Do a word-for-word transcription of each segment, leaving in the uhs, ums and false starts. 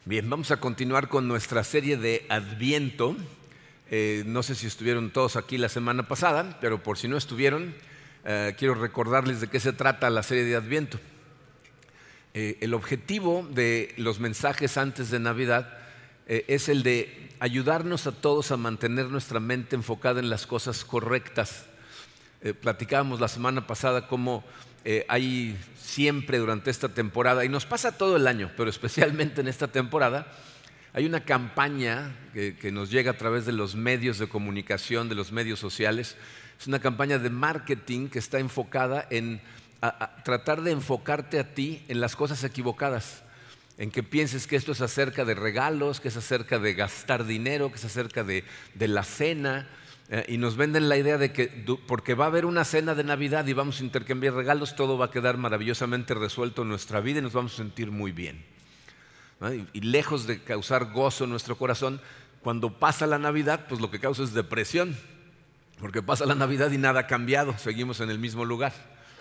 Bien, vamos a continuar con nuestra serie de Adviento. Eh, no sé si estuvieron todos aquí la semana pasada, pero por si no estuvieron, eh, quiero recordarles de qué se trata la serie de Adviento. Eh, el objetivo de los mensajes antes de Navidad eh, es el de ayudarnos a todos a mantener nuestra mente enfocada en las cosas correctas. Eh, platicábamos la semana pasada cómo eh, hay siempre durante esta temporada, y nos pasa todo el año, pero especialmente en esta temporada, hay una campaña que, que nos llega a través de los medios de comunicación, de los medios sociales. Es una campaña de marketing que está enfocada en a, a tratar de enfocarte a ti en las cosas equivocadas, en que pienses que esto es acerca de regalos, que es acerca de gastar dinero, que es acerca de, de la cena. Eh, y nos venden la idea de que porque va a haber una cena de Navidad y vamos a intercambiar regalos, todo va a quedar maravillosamente resuelto en nuestra vida y nos vamos a sentir muy bien, ¿no? Y, y lejos de causar gozo en nuestro corazón, cuando pasa la Navidad, pues lo que causa es depresión, porque pasa la Navidad y nada ha cambiado, seguimos en el mismo lugar.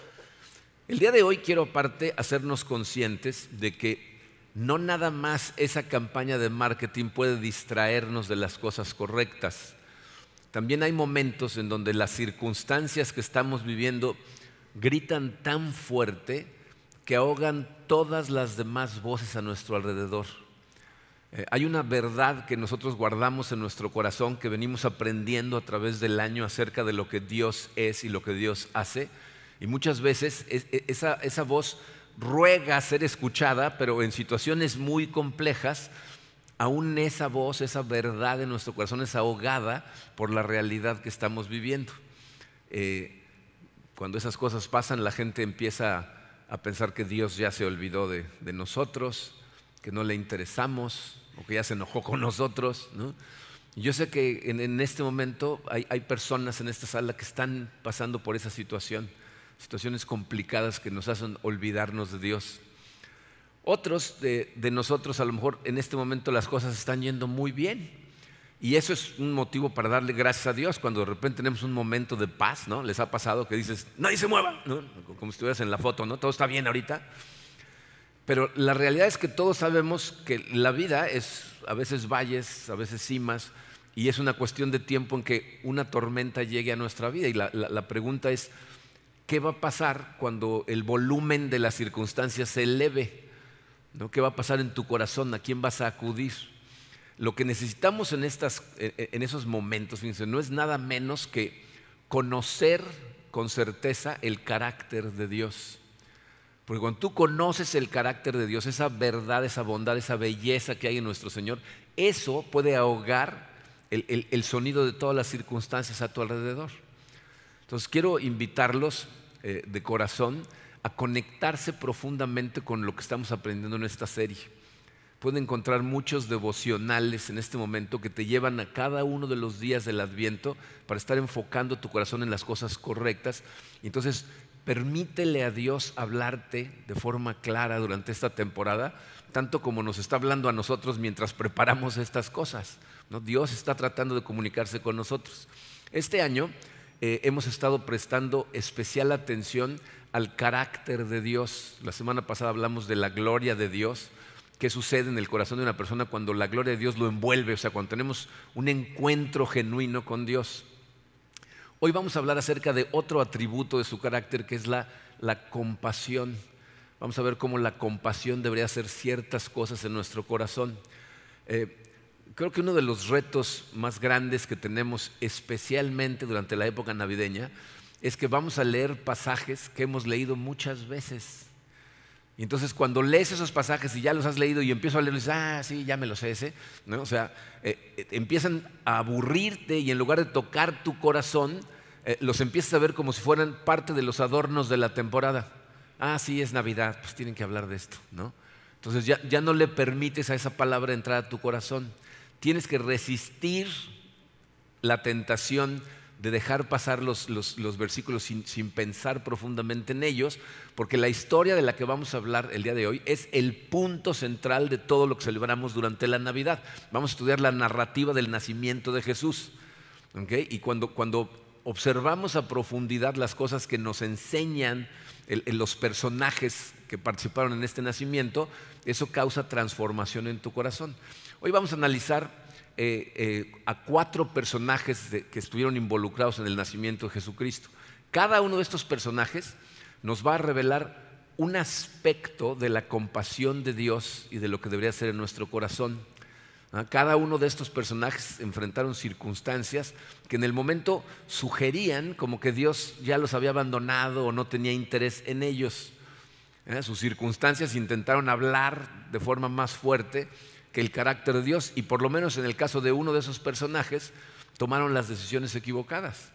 El día de hoy quiero aparte hacernos conscientes de que no nada más esa campaña de marketing puede distraernos de las cosas correctas. También hay momentos en donde las circunstancias que estamos viviendo gritan tan fuerte que ahogan todas las demás voces a nuestro alrededor. Eh, hay una verdad que nosotros guardamos en nuestro corazón, que venimos aprendiendo a través del año acerca de lo que Dios es y lo que Dios hace. Y muchas veces es, esa, esa voz ruega ser escuchada, pero en situaciones muy complejas, aún esa voz, esa verdad en nuestro corazón es ahogada por la realidad que estamos viviendo. Eh, cuando esas cosas pasan, la gente empieza a pensar que Dios ya se olvidó de, de nosotros, que no le interesamos o que ya se enojó con nosotros, ¿no? Y yo sé que en, en este momento hay, hay personas en esta sala que están pasando por esa situación, situaciones complicadas que nos hacen olvidarnos de Dios. Otros de, de nosotros a lo mejor en este momento las cosas están yendo muy bien y eso es un motivo para darle gracias a Dios cuando de repente tenemos un momento de paz, ¿no? Les ha pasado que dices, nadie se mueva, ¿no? Como si estuvieras en la foto, ¿no? Todo está bien ahorita. Pero la realidad es que todos sabemos que la vida es a veces valles, a veces cimas, y es una cuestión de tiempo en que una tormenta llegue a nuestra vida. Y la, la, la pregunta es, ¿qué va a pasar cuando el volumen de las circunstancias se eleve? ¿No? ¿Qué va a pasar en tu corazón? ¿A quién vas a acudir? Lo que necesitamos en, estas, en esos momentos, fíjense, no es nada menos que conocer con certeza el carácter de Dios. Porque cuando tú conoces el carácter de Dios, esa verdad, esa bondad, esa belleza que hay en nuestro Señor, eso puede ahogar el, el, el sonido de todas las circunstancias a tu alrededor. Entonces quiero invitarlos eh, de corazón a conectarse profundamente con lo que estamos aprendiendo en esta serie. Pueden encontrar muchos devocionales en este momento que te llevan a cada uno de los días del Adviento para estar enfocando tu corazón en las cosas correctas. Entonces, permítele a Dios hablarte de forma clara durante esta temporada, tanto como nos está hablando a nosotros mientras preparamos estas cosas, ¿no? Dios está tratando de comunicarse con nosotros. Este año eh, hemos estado prestando especial atención al carácter de Dios. La semana pasada hablamos de la gloria de Dios. ¿Qué sucede en el corazón de una persona cuando la gloria de Dios lo envuelve? O sea, cuando tenemos un encuentro genuino con Dios. Hoy vamos a hablar acerca de otro atributo de su carácter, que es la, la compasión. Vamos a ver cómo la compasión debería hacer ciertas cosas en nuestro corazón. Eh, creo que uno de los retos más grandes que tenemos, especialmente durante la época navideña, es que vamos a leer pasajes que hemos leído muchas veces. Y entonces cuando lees esos pasajes y ya los has leído y empiezo a leerlos, dices, ah, sí, ya me los sé ese, ¿no? O sea, eh, eh, empiezan a aburrirte y en lugar de tocar tu corazón, eh, los empiezas a ver como si fueran parte de los adornos de la temporada. Ah, sí, es Navidad, pues tienen que hablar de esto, ¿no? Entonces ya, ya no le permites a esa palabra entrar a tu corazón. Tienes que resistir la tentación de dejar pasar los, los, los versículos sin, sin pensar profundamente en ellos, porque la historia de la que vamos a hablar el día de hoy es el punto central de todo lo que celebramos durante la Navidad. Vamos a estudiar la narrativa del nacimiento de Jesús, ¿okay? Y cuando, cuando observamos a profundidad las cosas que nos enseñan el, el, los personajes que participaron en este nacimiento, eso causa transformación en tu corazón. Hoy vamos a analizar eh, eh, a cuatro personajes de, que estuvieron involucrados en el nacimiento de Jesucristo. Cada uno de estos personajes nos va a revelar un aspecto de la compasión de Dios y de lo que debería ser en nuestro corazón. Cada uno de estos personajes enfrentaron circunstancias que en el momento sugerían como que Dios ya los había abandonado o no tenía interés en ellos. Sus circunstancias intentaron hablar de forma más fuerte que el carácter de Dios, y por lo menos en el caso de uno de esos personajes tomaron las decisiones equivocadas.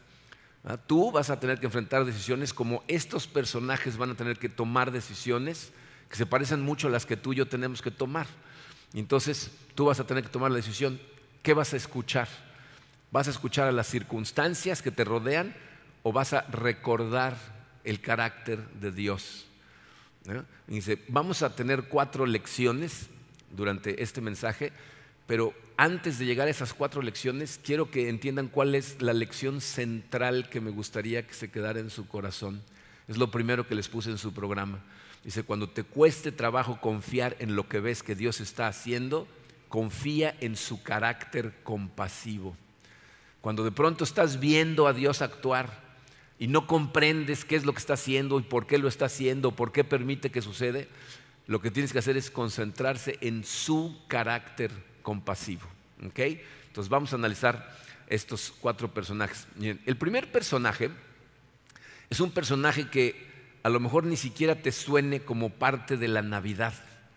Tú vas a tener que enfrentar decisiones como estos personajes van a tener que tomar decisiones que se parecen mucho a las que tú y yo tenemos que tomar. Y entonces tú vas a tener que tomar la decisión, ¿qué vas a escuchar? ¿Vas a escuchar a las circunstancias que te rodean o vas a recordar el carácter de Dios? ¿Eh? Y dice, vamos a tener cuatro lecciones durante este mensaje, pero antes de llegar a esas cuatro lecciones, quiero que entiendan cuál es la lección central que me gustaría que se quedara en su corazón. Es lo primero que les puse en su programa. Dice, cuando te cueste trabajo confiar en lo que ves que Dios está haciendo, confía en su carácter compasivo. Cuando de pronto estás viendo a Dios actuar y no comprendes qué es lo que está haciendo y por qué lo está haciendo, por qué permite que sucede, lo que tienes que hacer es concentrarse en su carácter compasivo. ¿Okay? Entonces vamos a analizar estos cuatro personajes. Bien, el primer personaje es un personaje que a lo mejor ni siquiera te suene como parte de la Navidad.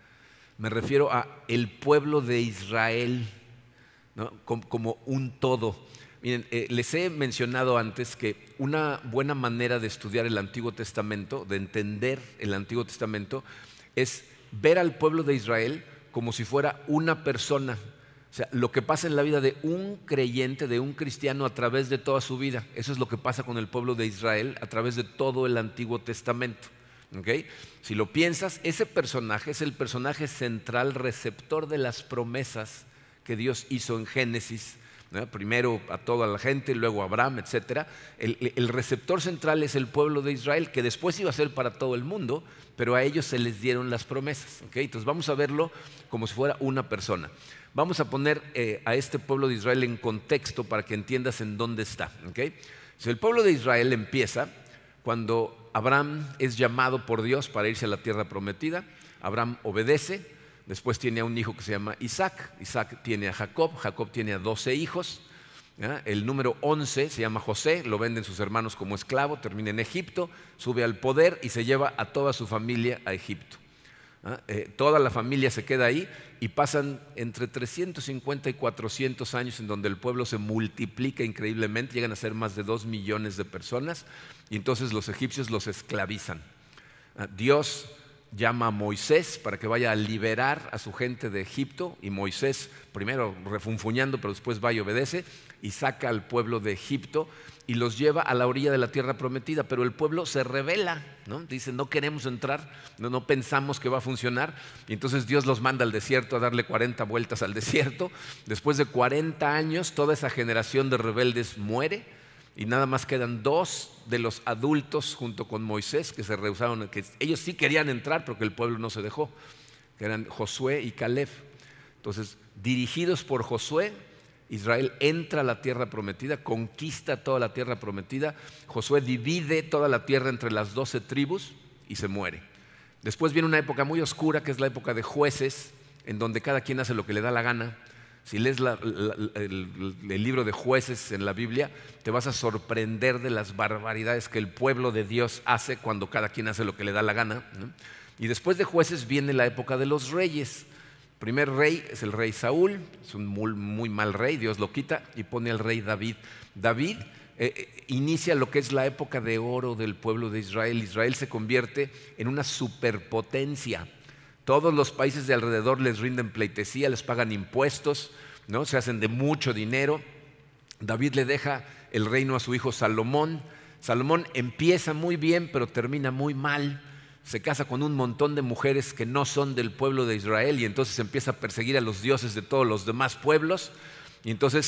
Me refiero a el pueblo de Israel, ¿no? como, como un todo. Miren, eh, les he mencionado antes que una buena manera de estudiar el Antiguo Testamento, de entender el Antiguo Testamento, es ver al pueblo de Israel como si fuera una persona. O sea, lo que pasa en la vida de un creyente, de un cristiano a través de toda su vida. Eso es lo que pasa con el pueblo de Israel a través de todo el Antiguo Testamento. ¿Okay? Si lo piensas, ese personaje es el personaje central, receptor de las promesas que Dios hizo en Génesis, ¿no? Primero a toda la gente, luego a Abraham, etcétera. El, el receptor central es el pueblo de Israel, que después iba a ser para todo el mundo, pero a ellos se les dieron las promesas. ¿Okay? Entonces vamos a verlo como si fuera una persona. Vamos a poner eh, a este pueblo de Israel en contexto para que entiendas en dónde está. ¿Okay? Si el pueblo de Israel empieza cuando Abraham es llamado por Dios para irse a la tierra prometida. Abraham obedece, después tiene a un hijo que se llama Isaac. Isaac tiene a Jacob, Jacob tiene a doce hijos. ¿Ya? El número once se llama José, lo venden sus hermanos como esclavo, termina en Egipto, sube al poder y se lleva a toda su familia a Egipto. ¿Ah? Eh, toda la familia se queda ahí y pasan entre trescientos cincuenta y cuatrocientos años en donde el pueblo se multiplica increíblemente, llegan a ser más de dos millones de personas y entonces los egipcios los esclavizan. ¿Ah? Dios llama a Moisés para que vaya a liberar a su gente de Egipto y Moisés primero refunfuñando pero después va y obedece y saca al pueblo de Egipto y los lleva a la orilla de la tierra prometida, pero el pueblo se rebela, ¿no? Dice, no queremos entrar, no, no pensamos que va a funcionar, y entonces Dios los manda al desierto a darle cuarenta vueltas al desierto. Después de cuarenta años, toda esa generación de rebeldes muere, y nada más quedan dos de los adultos junto con Moisés que se rehusaron, que ellos sí querían entrar, pero que el pueblo no se dejó, que eran Josué y Caleb. Entonces, dirigidos por Josué, Israel entra a la tierra prometida, conquista toda la tierra prometida. Josué divide toda la tierra entre las doce tribus y se muere. Después viene una época muy oscura que es la época de jueces, en donde cada quien hace lo que le da la gana. Si lees la, la, el, el libro de Jueces en la Biblia, te vas a sorprender de las barbaridades que el pueblo de Dios hace cuando cada quien hace lo que le da la gana, ¿no? Y después de Jueces viene la época de los reyes. El primer rey es el rey Saúl, es un muy, muy mal rey, Dios lo quita y pone al rey David. David eh, inicia lo que es la época de oro del pueblo de Israel. Israel se convierte en una superpotencia. Todos los países de alrededor les rinden pleitesía, les pagan impuestos, ¿no? Se hacen de mucho dinero. David le deja el reino a su hijo Salomón. Salomón empieza muy bien, pero termina muy mal. Se casa con un montón de mujeres que no son del pueblo de Israel y entonces empieza a perseguir a los dioses de todos los demás pueblos. Y entonces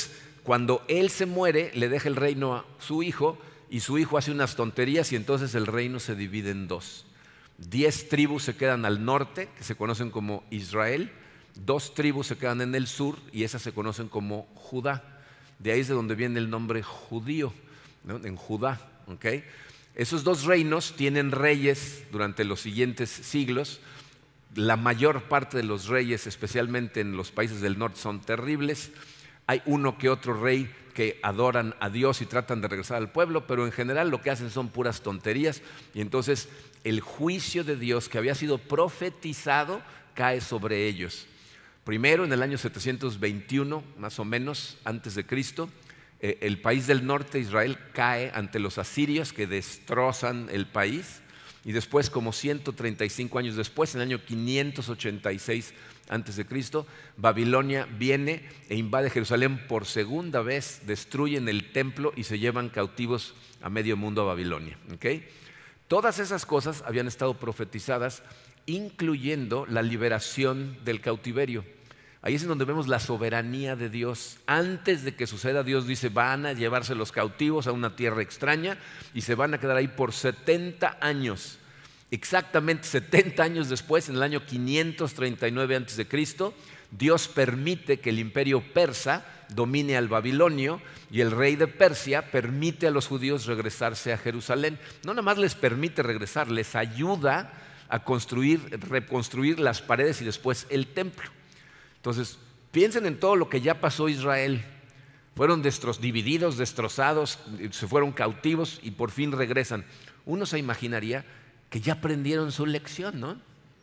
Cuando él se muere, le deja el reino a su hijo y su hijo hace unas tonterías y entonces el reino se divide en dos. Diez tribus se quedan al norte, que se conocen como Israel. Dos tribus se quedan en el sur y esas se conocen como Judá. De ahí es de donde viene el nombre judío, ¿no? En Judá, ¿okay? Esos dos reinos tienen reyes durante los siguientes siglos. La mayor parte de los reyes, especialmente en los países del norte, son terribles. Hay uno que otro rey que adoran a Dios y tratan de regresar al pueblo, pero en general lo que hacen son puras tonterías. Y entonces el juicio de Dios que había sido profetizado cae sobre ellos. Primero, en el año setecientos veintiuno, más o menos, antes de Cristo, eh, el país del norte, Israel, cae ante los asirios que destrozan el país. Y después, como ciento treinta y cinco años después, en el año quinientos ochenta y seis antes de Cristo, Babilonia viene e invade Jerusalén por segunda vez, destruyen el templo y se llevan cautivos a medio mundo a Babilonia. ¿Okay? Todas esas cosas habían estado profetizadas, incluyendo la liberación del cautiverio. Ahí es en donde vemos la soberanía de Dios. Antes de que suceda, Dios dice, van a llevarse los cautivos a una tierra extraña y se van a quedar ahí por setenta años. Exactamente setenta años después, en el año quinientos treinta y nueve antes de Cristo, Dios permite que el imperio persa domine al babilonio y el rey de Persia permite a los judíos regresarse a Jerusalén. No nada más les permite regresar, les ayuda a construir, reconstruir las paredes y después el templo. Entonces, piensen en todo lo que ya pasó Israel. Fueron destro- divididos, destrozados, se fueron cautivos y por fin regresan. Uno se imaginaría que ya aprendieron su lección, ¿no?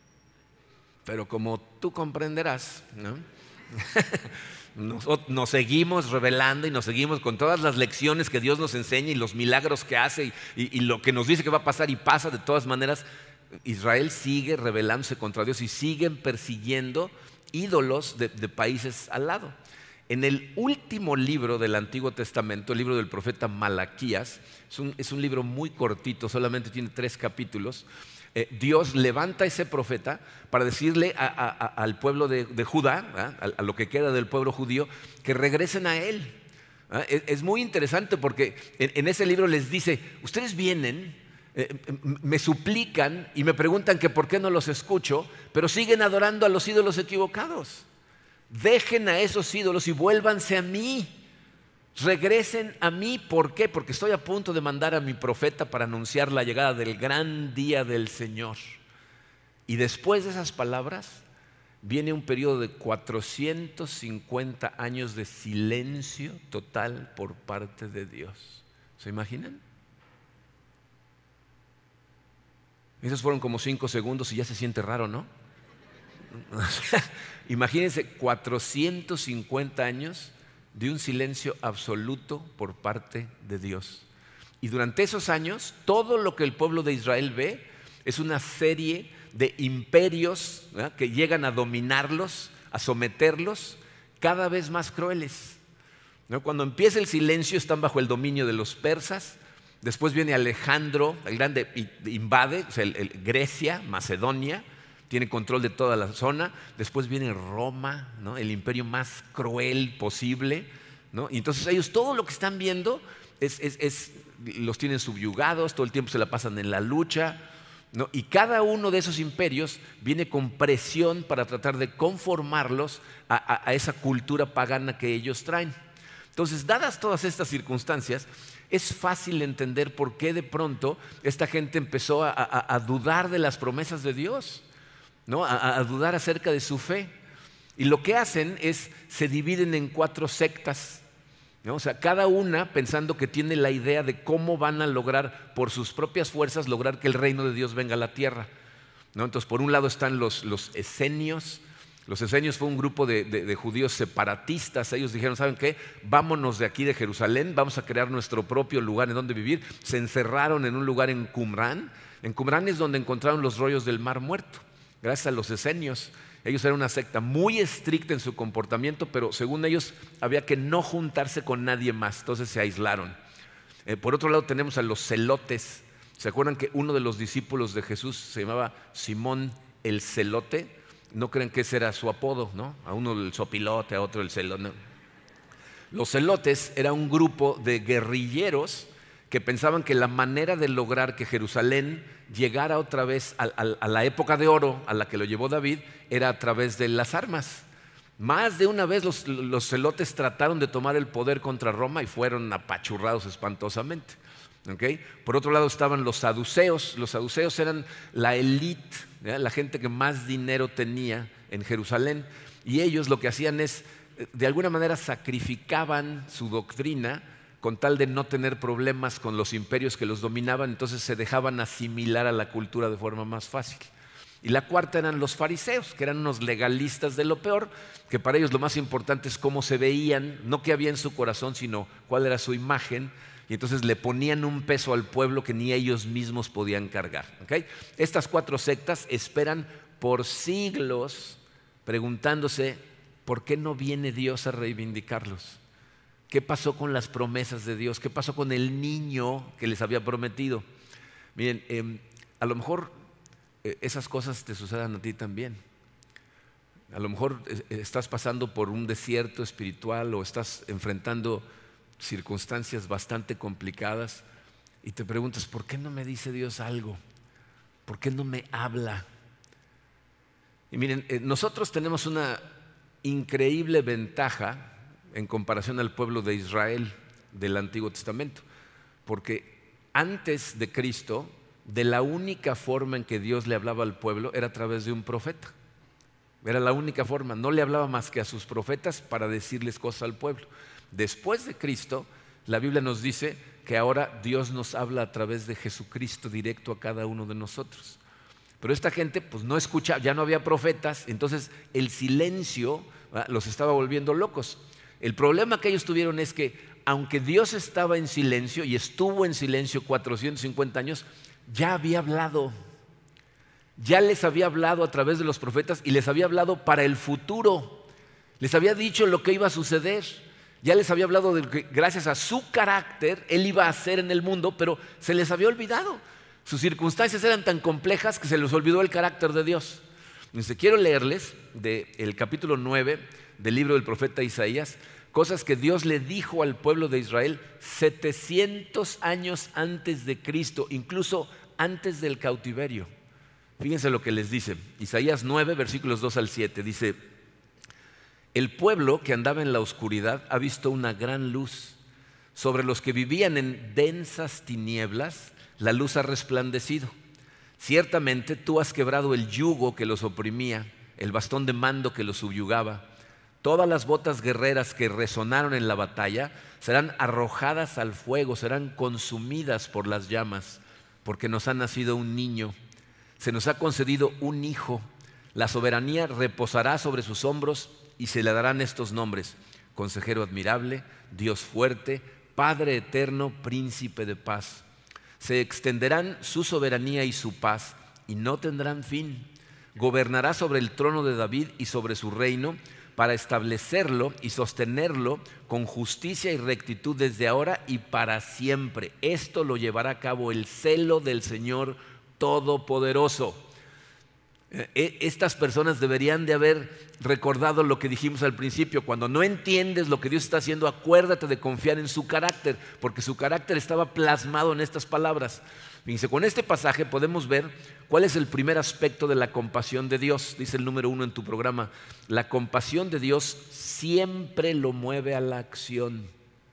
Pero como tú comprenderás, ¿no? Nos, nos seguimos revelando y nos seguimos con todas las lecciones que Dios nos enseña y los milagros que hace y, y, y lo que nos dice que va a pasar y pasa de todas maneras. Israel sigue rebelándose contra Dios y siguen persiguiendo ídolos de, de países al lado. En el último libro del Antiguo Testamento, el libro del profeta Malaquías, es un, es un libro muy cortito, solamente tiene tres capítulos. Eh, Dios levanta a ese profeta para decirle a, a, a, al pueblo de, de Judá, ¿eh? a, a lo que queda del pueblo judío, que regresen a él. ¿eh? Es, es muy interesante porque en, en ese libro les dice, ustedes vienen, Eh, me suplican y me preguntan que por qué no los escucho, pero siguen adorando a los ídolos equivocados. Dejen a esos ídolos y vuélvanse a mí. Regresen a mí. ¿Por qué? Porque estoy a punto de mandar a mi profeta para anunciar la llegada del gran día del Señor. Y después de esas palabras viene un periodo de cuatrocientos cincuenta años de silencio total por parte de Dios. ¿Se imaginan? Esos fueron como cinco segundos y ya se siente raro, ¿no? Imagínense cuatrocientos cincuenta años de un silencio absoluto por parte de Dios. Y durante esos años, todo lo que el pueblo de Israel ve es una serie de imperios, ¿verdad?, que llegan a dominarlos, a someterlos, cada vez más crueles, ¿no? Cuando empieza el silencio están bajo el dominio de los persas. Después viene Alejandro el Grande, invade, o sea, el, el, Grecia, Macedonia, tiene control de toda la zona. Después viene Roma, ¿no?, el imperio más cruel posible, ¿no? Y entonces ellos todo lo que están viendo es, es, es, los tienen subyugados, todo el tiempo se la pasan en la lucha, ¿no? Y cada uno de esos imperios viene con presión para tratar de conformarlos a, a, a esa cultura pagana que ellos traen. Entonces, dadas todas estas circunstancias, es fácil entender por qué de pronto esta gente empezó a, a, a dudar de las promesas de Dios, ¿no? a, a dudar acerca de su fe. Y lo que hacen es, se dividen en cuatro sectas, ¿no? O sea, cada una pensando que tiene la idea de cómo van a lograr, por sus propias fuerzas, lograr que el reino de Dios venga a la tierra, ¿no? Entonces, por un lado están los, los esenios. Los esenios fue un grupo de, de, de judíos separatistas. Ellos dijeron, ¿saben qué? Vámonos de aquí de Jerusalén, vamos a crear nuestro propio lugar en donde vivir. Se encerraron en un lugar en Qumrán. En Qumrán es donde encontraron los rollos del Mar Muerto, gracias a los esenios. Ellos eran una secta muy estricta en su comportamiento, pero según ellos había que no juntarse con nadie más, entonces se aislaron. Eh, por otro lado tenemos a los celotes. ¿Se acuerdan que uno de los discípulos de Jesús se llamaba Simón el Celote? No creen que ese era su apodo, ¿no? A uno el sopilote, a otro el celote. No. Los celotes era un grupo de guerrilleros que pensaban que la manera de lograr que Jerusalén llegara otra vez a, a, a la época de oro a la que lo llevó David era a través de las armas. Más de una vez los, los celotes trataron de tomar el poder contra Roma y fueron apachurrados espantosamente. ¿Okay? Por otro lado estaban los saduceos. Los saduceos eran la élite, la gente que más dinero tenía en Jerusalén, y ellos lo que hacían es, de alguna manera sacrificaban su doctrina con tal de no tener problemas con los imperios que los dominaban, entonces se dejaban asimilar a la cultura de forma más fácil. Y la cuarta eran los fariseos, que eran unos legalistas de lo peor, que para ellos lo más importante es cómo se veían, no qué había en su corazón, sino cuál era su imagen, y entonces le ponían un peso al pueblo que ni ellos mismos podían cargar. ¿Okay? Estas cuatro sectas esperan por siglos preguntándose ¿por qué no viene Dios a reivindicarlos? ¿Qué pasó con las promesas de Dios? ¿Qué pasó con el niño que les había prometido? Miren, eh, a lo mejor eh, esas cosas te sucedan a ti también. A lo mejor eh, estás pasando por un desierto espiritual o estás enfrentando circunstancias bastante complicadas y te preguntas, ¿por qué no me dice Dios algo? ¿Por qué no me habla? Y miren, eh, nosotros tenemos una increíble ventaja en comparación al pueblo de Israel del Antiguo Testamento, porque antes de Cristo, de la única forma en que Dios le hablaba al pueblo era a través de un profeta. Era la única forma, no le hablaba más que a sus profetas para decirles cosas al pueblo. Después de Cristo, la Biblia nos dice que ahora Dios nos habla a través de Jesucristo directo a cada uno de nosotros. Pero esta gente pues no escucha, ya no había profetas, entonces el silencio, ¿verdad?, los estaba volviendo locos. El problema que ellos tuvieron es que aunque Dios estaba en silencio y estuvo en silencio cuatrocientos cincuenta años, ya había hablado. Ya les había hablado a través de los profetas y les había hablado para el futuro. Les había dicho lo que iba a suceder. Ya les había hablado de que gracias a su carácter Él iba a hacer en el mundo, pero se les había olvidado. Sus circunstancias eran tan complejas que se les olvidó el carácter de Dios. Entonces, quiero leerles del capítulo nueve del libro del profeta Isaías, cosas que Dios le dijo al pueblo de Israel setecientos años antes de Cristo, incluso antes del cautiverio. Fíjense lo que les dice. Isaías nueve, versículos dos al siete, dice: el pueblo que andaba en la oscuridad ha visto una gran luz. Sobre los que vivían en densas tinieblas, la luz ha resplandecido. Ciertamente tú has quebrado el yugo que los oprimía, el bastón de mando que los subyugaba. Todas las botas guerreras que resonaron en la batalla serán arrojadas al fuego, serán consumidas por las llamas, porque nos ha nacido un niño, se nos ha concedido un hijo. La soberanía reposará sobre sus hombros y se le darán estos nombres: Consejero admirable, Dios fuerte, Padre eterno, Príncipe de paz. Se extenderán su soberanía y su paz y no tendrán fin. Gobernará sobre el trono de David y sobre su reino, para establecerlo y sostenerlo con justicia y rectitud desde ahora y para siempre. Esto lo llevará a cabo el celo del Señor Todopoderoso. Estas personas deberían de haber recordado lo que dijimos al principio. Cuando no entiendes lo que Dios está haciendo, acuérdate de confiar en su carácter, porque su carácter estaba plasmado en estas palabras. Fíjense, con este pasaje podemos ver cuál es el primer aspecto de la compasión de Dios. Dice el número uno en tu programa: la compasión de Dios siempre lo mueve a la acción.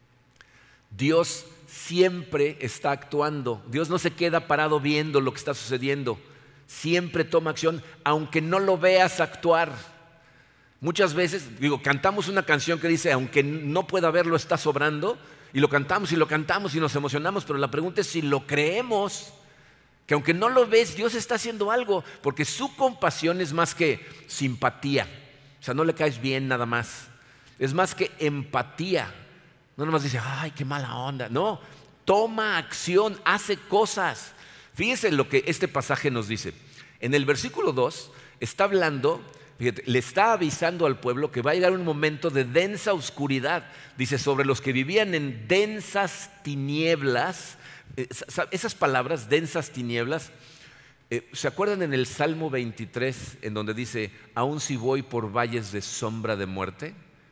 Dios siempre está actuando. Dios no se queda parado viendo lo que está sucediendo. Siempre toma acción, aunque no lo veas actuar. Muchas veces, digo, cantamos una canción que dice, aunque no pueda verlo, está sobrando, y lo cantamos y lo cantamos y nos emocionamos, pero la pregunta es si lo creemos, que aunque no lo ves, Dios está haciendo algo, porque su compasión es más que simpatía. O sea, no le caes bien nada más, es más que empatía. No nomás dice, ay, qué mala onda. No, toma acción, hace cosas. Fíjense lo que este pasaje nos dice. En el versículo dos está hablando, fíjate, le está avisando al pueblo que va a llegar un momento de densa oscuridad. Dice, sobre los que vivían en densas tinieblas. Esas palabras, densas tinieblas, eh, ¿se acuerdan en el Salmo veintitrés en donde dice, aun si voy por valles de sombra de muerte,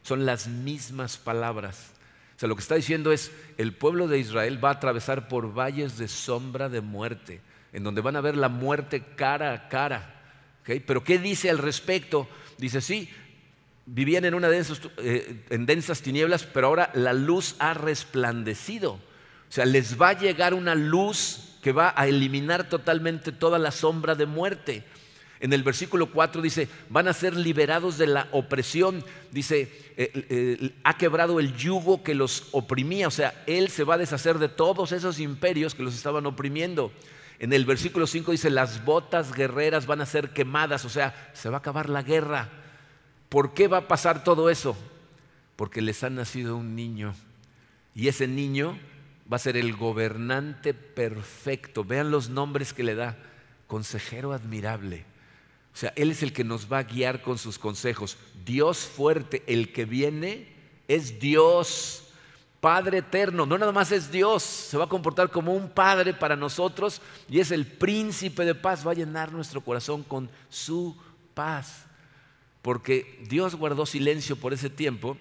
Son las mismas palabras. O sea, lo que está diciendo es, el pueblo de Israel va a atravesar por valles de sombra de muerte, en donde van a ver la muerte cara a cara. ¿Okay? Pero ¿qué dice al respecto? Dice, sí, vivían en, una densas, eh, en densas tinieblas, pero ahora la luz ha resplandecido. O sea, les va a llegar una luz que va a eliminar totalmente toda la sombra de muerte. En el versículo cuatro dice, van a ser liberados de la opresión. Dice, eh, eh, ha quebrado el yugo que los oprimía. O sea, Él se va a deshacer de todos esos imperios que los estaban oprimiendo. En el versículo cinco dice, las botas guerreras van a ser quemadas. O sea, se va a acabar la guerra. ¿Por qué va a pasar todo eso? Porque les ha nacido un niño. Y ese niño va a ser el gobernante perfecto. Vean los nombres que le da. Consejero admirable. O sea, Él es el que nos va a guiar con sus consejos. Dios fuerte, el que viene es Dios. Padre eterno, no nada más es Dios, se va a comportar como un padre para nosotros y es el príncipe de paz. Va a llenar nuestro corazón con su paz. Porque Dios guardó silencio por ese tiempo.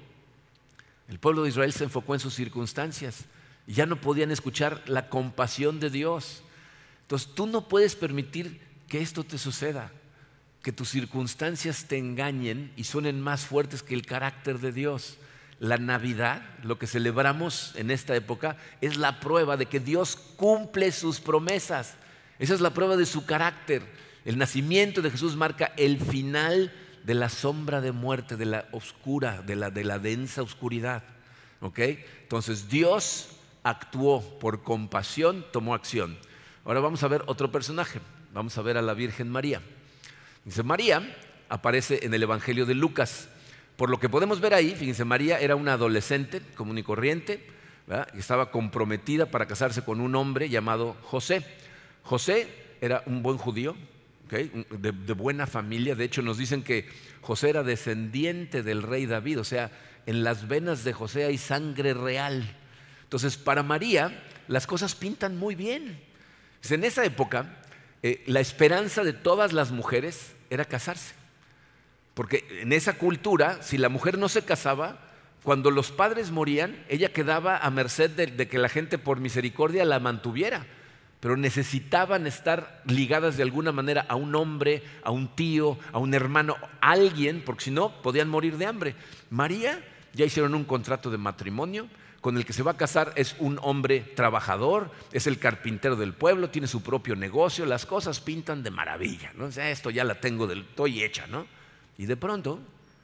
El pueblo de Israel se enfocó en sus circunstancias y ya no podían escuchar la compasión de Dios. Entonces tú no puedes permitir que esto te suceda, que tus circunstancias te engañen y suenen más fuertes que el carácter de Dios. La Navidad, lo que celebramos en esta época, es la prueba de que Dios cumple sus promesas. Esa es la prueba de su carácter. El nacimiento de Jesús marca el final de la sombra de muerte, de la oscura, de la, de la densa oscuridad. ¿Okay? Entonces Dios actuó por compasión, tomó acción. Ahora vamos a ver otro personaje. Vamos a ver a la Virgen María. Dice, María aparece en el Evangelio de Lucas. Por lo que podemos ver ahí, fíjense, María era una adolescente común y corriente, ¿verdad? Y estaba comprometida para casarse con un hombre llamado José. José era un buen judío, ¿okay? de, de buena familia. De hecho, nos dicen que José era descendiente del rey David. O sea, en las venas de José hay sangre real. Entonces, para María, las cosas pintan muy bien. Entonces, en esa época, eh, la esperanza de todas las mujeres era casarse. Porque en esa cultura, si la mujer no se casaba, cuando los padres morían, ella quedaba a merced de, de que la gente por misericordia la mantuviera. Pero necesitaban estar ligadas de alguna manera a un hombre, a un tío, a un hermano, a alguien, porque si no, podían morir de hambre. María ya hicieron un contrato de matrimonio. Con el que se va a casar es un hombre trabajador, es el carpintero del pueblo, tiene su propio negocio, las cosas pintan de maravilla, ¿no? O sea, esto ya la tengo, del, estoy hecha, ¿no? Y de pronto,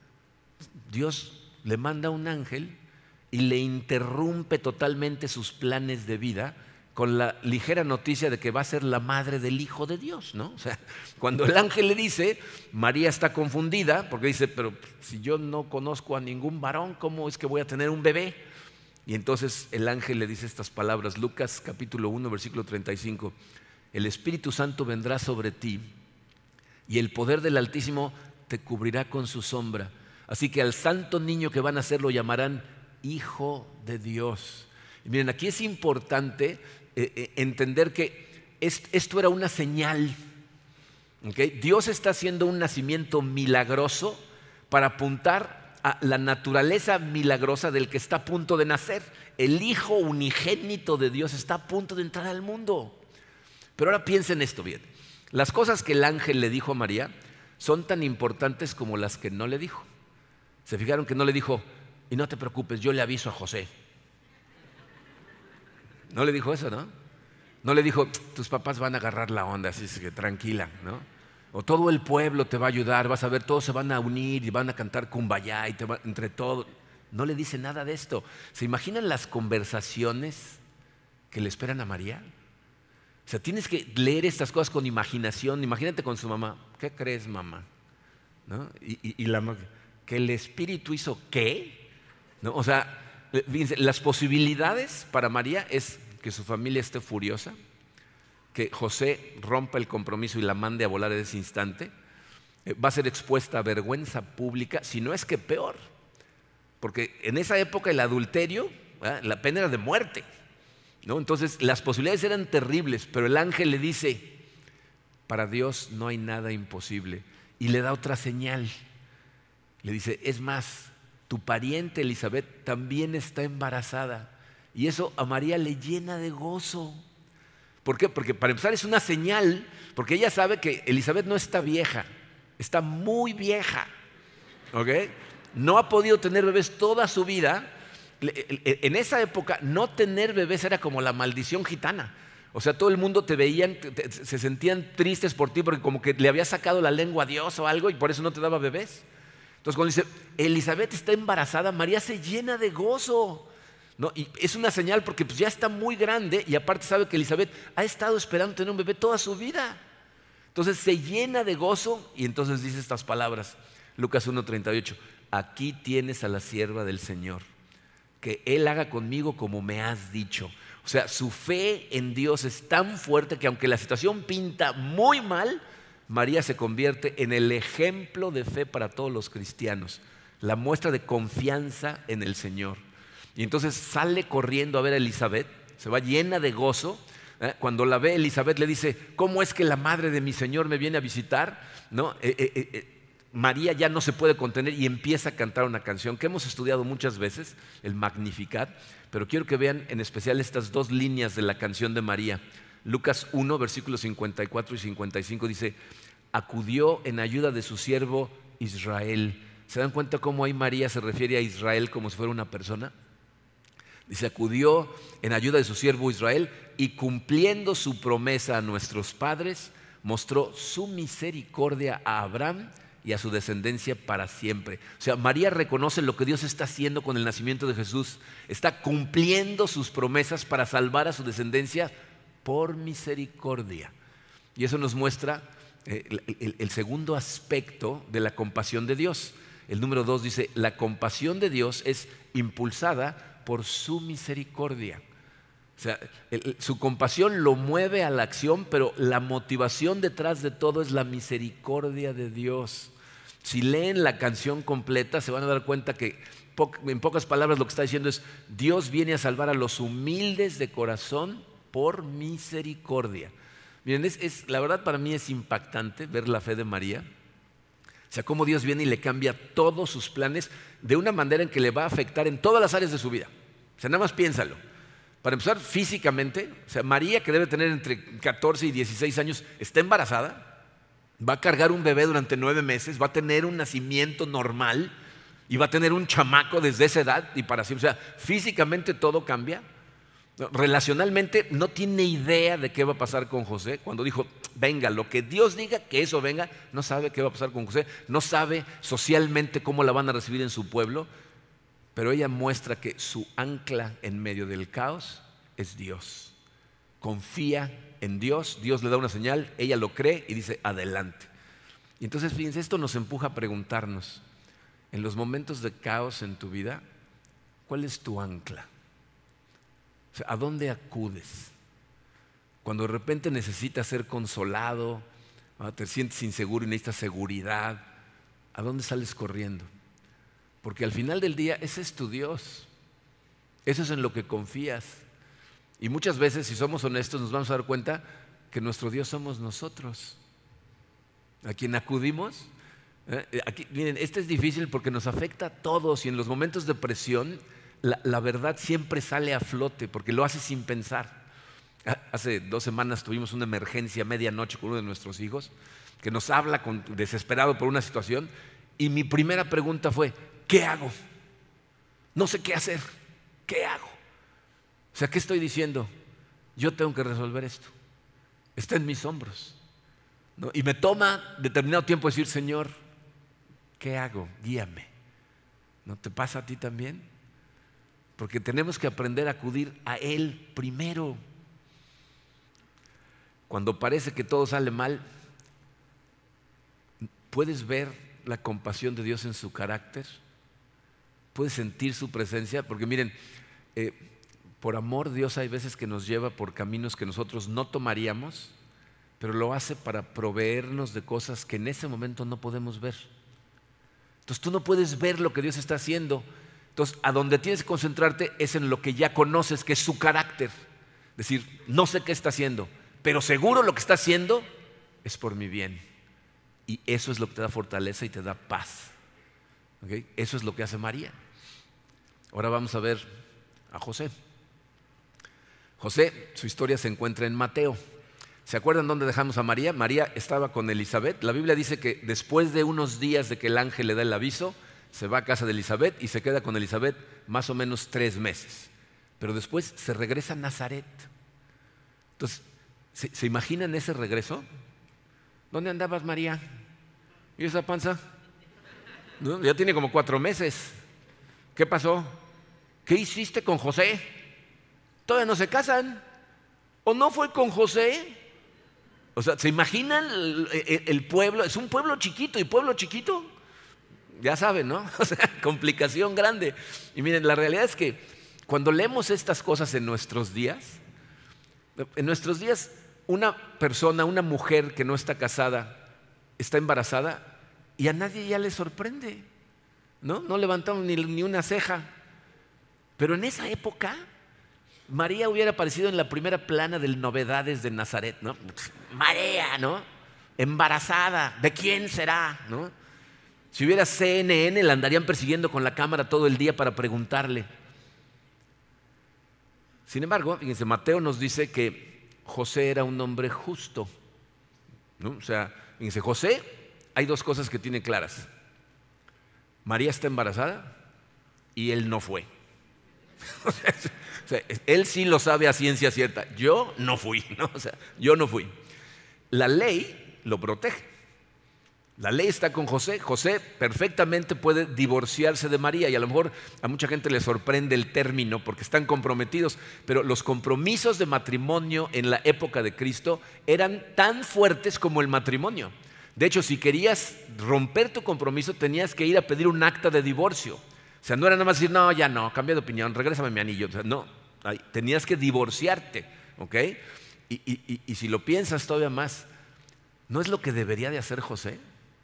Dios le manda un ángel y le interrumpe totalmente sus planes de vida con la ligera noticia de que va a ser la madre del Hijo de Dios, ¿no? O sea, cuando el ángel le dice, María está confundida, porque dice, pero si yo no conozco a ningún varón, ¿cómo es que voy a tener un bebé? Y entonces el ángel le dice estas palabras, Lucas capítulo uno, versículo treinta y cinco, el Espíritu Santo vendrá sobre ti y el poder del Altísimo te cubrirá con su sombra. Así que al santo niño que van a nacer lo llamarán Hijo de Dios. Y miren, aquí es importante eh, eh, entender que es, esto era una señal. ¿Okay? Dios está haciendo un nacimiento milagroso para apuntar a la naturaleza milagrosa del que está a punto de nacer. El Hijo unigénito de Dios está a punto de entrar al mundo. Pero ahora piensen esto bien. Las cosas que el ángel le dijo a María son tan importantes como las que no le dijo. Se fijaron que no le dijo, y no te preocupes, yo le aviso a José. No le dijo eso, ¿no? No le dijo, tus papás van a agarrar la onda, así que tranquila, ¿no? O todo el pueblo te va a ayudar, vas a ver, todos se van a unir y van a cantar Kumbaya y te va, entre todos. No le dice nada de esto. ¿Se imaginan las conversaciones que le esperan a María? O sea, tienes que leer estas cosas con imaginación. Imagínate con su mamá. ¿Qué crees, mamá? ¿No? Y, y, y la mamá, ¿que el Espíritu hizo qué? ¿No? O sea, fíjense, las posibilidades para María es que su familia esté furiosa, que José rompa el compromiso y la mande a volar en ese instante. Eh, va a ser expuesta a vergüenza pública, si no es que peor. Porque en esa época el adulterio, ¿verdad?, la pena era de muerte, ¿no? Entonces las posibilidades eran terribles, pero el ángel le dice, para Dios no hay nada imposible. Y le da otra señal. Le dice, es más, tu pariente Elizabeth también está embarazada. Y eso a María le llena de gozo. ¿Por qué? Porque para empezar es una señal, porque ella sabe que Elizabeth no está vieja, está muy vieja, ¿ok? No ha podido tener bebés toda su vida. En esa época no tener bebés era como la maldición gitana. O sea, todo el mundo te veían, te, se sentían tristes por ti porque como que le había sacado la lengua a Dios o algo y por eso no te daba bebés. Entonces cuando dice, Elizabeth está embarazada, María se llena de gozo, ¿no? Y es una señal porque pues ya está muy grande y aparte sabe que Elizabeth ha estado esperando tener un bebé toda su vida. Entonces se llena de gozo y entonces dice estas palabras, Lucas uno treinta y ocho, aquí tienes a la sierva del Señor, que Él haga conmigo como me has dicho. O sea, su fe en Dios es tan fuerte que aunque la situación pinta muy mal, María se convierte en el ejemplo de fe para todos los cristianos, la muestra de confianza en el Señor. Y entonces sale corriendo a ver a Elizabeth, se va llena de gozo. ¿Eh? Cuando la ve, Elizabeth le dice, ¿cómo es que la madre de mi Señor me viene a visitar? ¿No? Eh, eh, eh, María ya no se puede contener y empieza a cantar una canción que hemos estudiado muchas veces, el Magnificat, pero quiero que vean en especial estas dos líneas de la canción de María. Lucas uno, versículos cincuenta y cuatro y cincuenta y cinco dice, acudió en ayuda de su siervo Israel. ¿Se dan cuenta cómo ahí María se refiere a Israel como si fuera una persona? Dice, acudió en ayuda de su siervo Israel y cumpliendo su promesa a nuestros padres, mostró su misericordia a Abraham y a su descendencia para siempre. O sea, María reconoce lo que Dios está haciendo con el nacimiento de Jesús. Está cumpliendo sus promesas para salvar a su descendencia por misericordia. Y eso nos muestra eh, el, el, el segundo aspecto de la compasión de Dios. El número dos dice, la compasión de Dios es impulsada por su misericordia. O sea, el, su compasión lo mueve a la acción, pero la motivación detrás de todo es la misericordia de Dios. Si leen la canción completa, se van a dar cuenta que po- en pocas palabras lo que está diciendo es, Dios viene a salvar a los humildes de corazón por misericordia. Miren, es, es, la verdad para mí es impactante ver la fe de María. O sea, cómo Dios viene y le cambia todos sus planes de una manera en que le va a afectar en todas las áreas de su vida. O sea, nada más piénsalo. Para empezar, físicamente, o sea, María, que debe tener entre catorce y dieciséis años, está embarazada, va a cargar un bebé durante nueve meses, va a tener un nacimiento normal y va a tener un chamaco desde esa edad y para siempre. O sea, físicamente todo cambia. Relacionalmente no tiene idea de qué va a pasar con José. Cuando dijo, venga, lo que Dios diga, que eso venga, no sabe qué va a pasar con José, no sabe socialmente cómo la van a recibir en su pueblo, pero ella muestra que su ancla en medio del caos es Dios. Confía en Dios, Dios le da una señal, ella lo cree y dice, adelante. Y entonces, fíjense, esto nos empuja a preguntarnos, en los momentos de caos en tu vida, ¿cuál es tu ancla? O sea, ¿a dónde acudes? Cuando de repente necesitas ser consolado, ¿no? Te sientes inseguro y necesitas seguridad, ¿a dónde sales corriendo? Porque al final del día ese es tu Dios, eso es en lo que confías. Y muchas veces, si somos honestos, nos vamos a dar cuenta que nuestro Dios somos nosotros, a quien acudimos. ¿eh? Aquí, miren, esto es difícil porque nos afecta a todos y en los momentos de presión La, la verdad siempre sale a flote porque lo hace sin pensar. Hace dos semanas tuvimos una emergencia a medianoche con uno de nuestros hijos que nos habla con, desesperado por una situación y mi primera pregunta fue, ¿qué hago? No sé qué hacer, ¿qué hago? O sea, ¿qué estoy diciendo? Yo tengo que resolver esto, está en mis hombros, ¿no? Y me toma determinado tiempo decir, Señor, ¿qué hago? Guíame. ¿No te pasa a ti también? Porque tenemos que aprender a acudir a Él primero. Cuando parece que todo sale mal, ¿puedes ver la compasión de Dios en su carácter? ¿Puedes sentir su presencia? Porque miren, eh, por amor Dios hay veces que nos lleva por caminos que nosotros no tomaríamos, pero lo hace para proveernos de cosas que en ese momento no podemos ver. Entonces tú no puedes ver lo que Dios está haciendo. Entonces, a donde tienes que concentrarte es en lo que ya conoces, que es su carácter. Es decir, no sé qué está haciendo, pero seguro lo que está haciendo es por mi bien. Y eso es lo que te da fortaleza y te da paz. ¿Okay? Eso es lo que hace María. Ahora vamos a ver a José. José, su historia se encuentra en Mateo. ¿Se acuerdan dónde dejamos a María? María estaba con Elizabeth. La Biblia dice que después de unos días de que el ángel le da el aviso, se va a casa de Elizabeth y se queda con Elizabeth más o menos tres meses. Pero después se regresa a Nazaret. Entonces, ¿se, ¿se imaginan ese regreso? ¿Dónde andabas, María? ¿Y esa panza? ¿No? Ya tiene como cuatro meses. ¿Qué pasó? ¿Qué hiciste con José? ¿Todavía no se casan? ¿O no fue con José? O sea, ¿se imaginan el, el, el pueblo? Es un pueblo chiquito, y pueblo chiquito, ya saben, ¿no? O sea, complicación grande. Y miren, la realidad es que cuando leemos estas cosas en nuestros días, en nuestros días una persona, una mujer que no está casada, está embarazada y a nadie ya le sorprende, ¿no? No levantamos ni, ni una ceja. Pero en esa época María hubiera aparecido en la primera plana del Novedades de Nazaret, ¿no? María, ¿no? Embarazada, ¿de quién será? ¿No? Si hubiera C N N la andarían persiguiendo con la cámara todo el día para preguntarle. Sin embargo, fíjense, Mateo nos dice que José era un hombre justo, ¿no? O sea, fíjense, José, hay dos cosas que tiene claras. María está embarazada y él no fue. O sea, él sí lo sabe a ciencia cierta. Yo no fui, ¿no? O sea, yo no fui. La ley lo protege. La ley está con José. José perfectamente puede divorciarse de María, y a lo mejor a mucha gente le sorprende el término porque están comprometidos, pero los compromisos de matrimonio en la época de Cristo eran tan fuertes como el matrimonio. De hecho, si querías romper tu compromiso, tenías que ir a pedir un acta de divorcio. O sea, no era nada más decir, no, ya no, cambia de opinión, regrésame mi anillo. O sea, no, tenías que divorciarte, ¿ok? Y, y, y, y si lo piensas todavía más, ¿no es lo que debería de hacer José?